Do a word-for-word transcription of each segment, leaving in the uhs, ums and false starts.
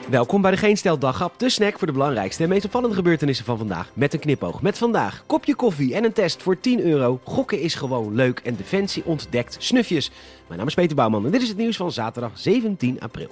Welkom bij de Geen Stel Daghap, de snack voor de belangrijkste en meest opvallende gebeurtenissen van vandaag. Met een knipoog. Met vandaag kopje koffie en een test voor tien euro. Gokken is gewoon leuk en Defensie ontdekt snufjes. Mijn naam is Peter Bouwman en dit is het nieuws van zaterdag zeventien april.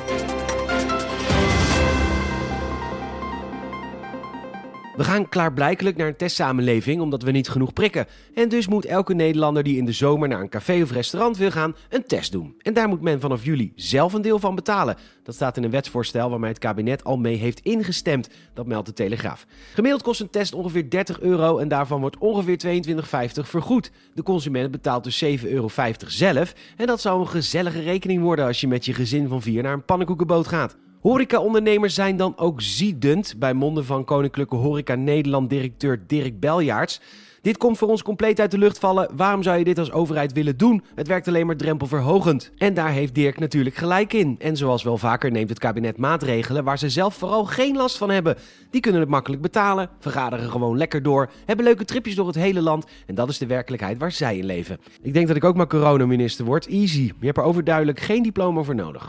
We gaan klaarblijkelijk naar een testsamenleving omdat we niet genoeg prikken. En dus moet elke Nederlander die in de zomer naar een café of restaurant wil gaan, een test doen. En daar moet men vanaf juli zelf een deel van betalen. Dat staat in een wetsvoorstel waarmee het kabinet al mee heeft ingestemd. Dat meldt de Telegraaf. Gemiddeld kost een test ongeveer dertig euro en daarvan wordt ongeveer tweeëntwintig vijftig vergoed. De consument betaalt dus zeven euro vijftig zelf. En dat zou een gezellige rekening worden als je met je gezin van vier naar een pannenkoekenboot gaat. Horeca-ondernemers zijn dan ook ziedend, bij monden van Koninklijke Horeca Nederland-directeur Dirk Beljaerts. Dit komt voor ons compleet uit de lucht vallen. Waarom zou je dit als overheid willen doen? Het werkt alleen maar drempelverhogend. En daar heeft Dirk natuurlijk gelijk in. En zoals wel vaker neemt het kabinet maatregelen waar ze zelf vooral geen last van hebben. Die kunnen het makkelijk betalen, vergaderen gewoon lekker door, hebben leuke tripjes door het hele land. En dat is de werkelijkheid waar zij in leven. Ik denk dat ik ook maar coronaminister word. Easy. Je hebt er overduidelijk geen diploma voor nodig.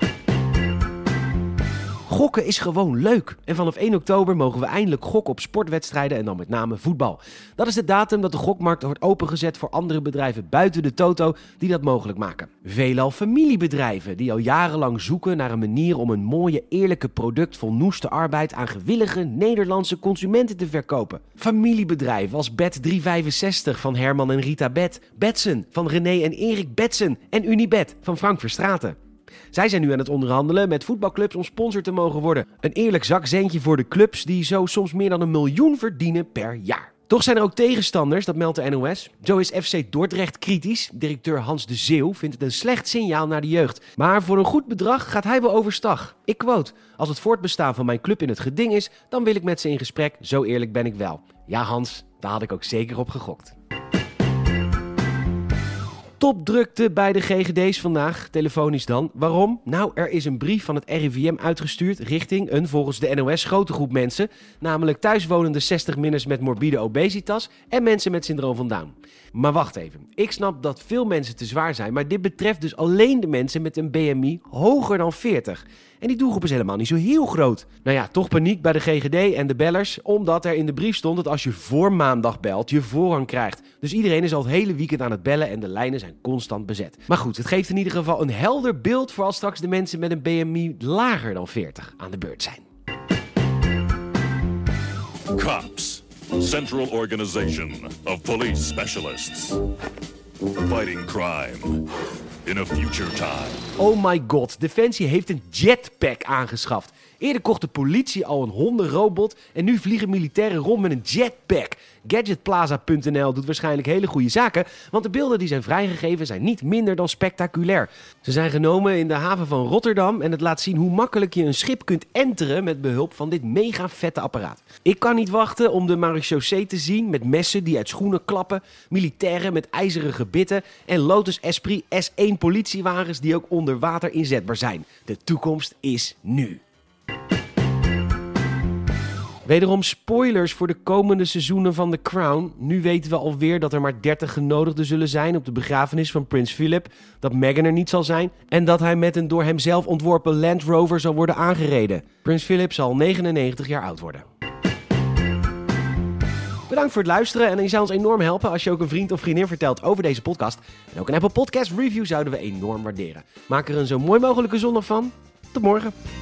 Gokken is gewoon leuk. En vanaf één oktober mogen we eindelijk gokken op sportwedstrijden en dan met name voetbal. Dat is de datum dat de gokmarkt wordt opengezet voor andere bedrijven buiten de Toto die dat mogelijk maken. Veelal familiebedrijven die al jarenlang zoeken naar een manier om een mooie, eerlijke product vol noeste arbeid aan gewillige Nederlandse consumenten te verkopen. Familiebedrijven als Bet driehonderdvijfenzestig van Herman en Rita Bet, Betsen van René en Erik Betsen en Unibet van Frank Verstraeten. Zij zijn nu aan het onderhandelen met voetbalclubs om sponsor te mogen worden. Een eerlijk zakcentje voor de clubs die zo soms meer dan een miljoen verdienen per jaar. Toch zijn er ook tegenstanders, dat meldt de N O S. Zo is F C Dordrecht kritisch. Directeur Hans de Zeeuw vindt het een slecht signaal naar de jeugd. Maar voor een goed bedrag gaat hij wel overstag. Ik quote: als het voortbestaan van mijn club in het geding is, dan wil ik met ze in gesprek. Zo eerlijk ben ik wel. Ja Hans, daar had ik ook zeker op gegokt. Topdrukte bij de G G D's vandaag, telefonisch dan. Waarom? Nou, er is een brief van het R I V M uitgestuurd richting een volgens de N O S grote groep mensen, namelijk thuiswonende zestig-minners met morbide obesitas en mensen met syndroom van Down. Maar wacht even, ik snap dat veel mensen te zwaar zijn, maar dit betreft dus alleen de mensen met een B M I hoger dan veertig. En die doelgroep is helemaal niet zo heel groot. Nou ja, toch paniek bij de G G D en de bellers, omdat er in de brief stond dat als je voor maandag belt, je voorrang krijgt. Dus iedereen is al het hele weekend aan het bellen en de lijnen zijn constant bezet. Maar goed, het geeft in ieder geval een helder beeld voor als straks de mensen met een B M I lager dan veertig aan de beurt zijn. Cops, Central Organization of Police Specialists. Fighting crime in a future time. Oh my god, Defensie heeft een jetpack aangeschaft. Eerder kocht de politie al een hondenrobot en nu vliegen militairen rond met een jetpack. Gadgetplaza punt n l doet waarschijnlijk hele goede zaken, want de beelden die zijn vrijgegeven zijn niet minder dan spectaculair. Ze zijn genomen in de haven van Rotterdam en het laat zien hoe makkelijk je een schip kunt enteren met behulp van dit mega vette apparaat. Ik kan niet wachten om de marechaussee te zien met messen die uit schoenen klappen, militairen met ijzeren gebitten en Lotus Esprit S één politiewagens die ook onder water inzetbaar zijn. De toekomst is nu. Wederom spoilers voor de komende seizoenen van The Crown. Nu weten we alweer dat er maar dertig genodigden zullen zijn op de begrafenis van prins Philip, dat Meghan er niet zal zijn en dat hij met een door hemzelf ontworpen Land Rover zal worden aangereden. Prins Philip zal negenennegentig jaar oud worden. Bedankt voor het luisteren en je zou ons enorm helpen als je ook een vriend of vriendin vertelt over deze podcast. En ook een Apple Podcast review zouden we enorm waarderen. Maak er een zo mooi mogelijke zondag van. Tot morgen.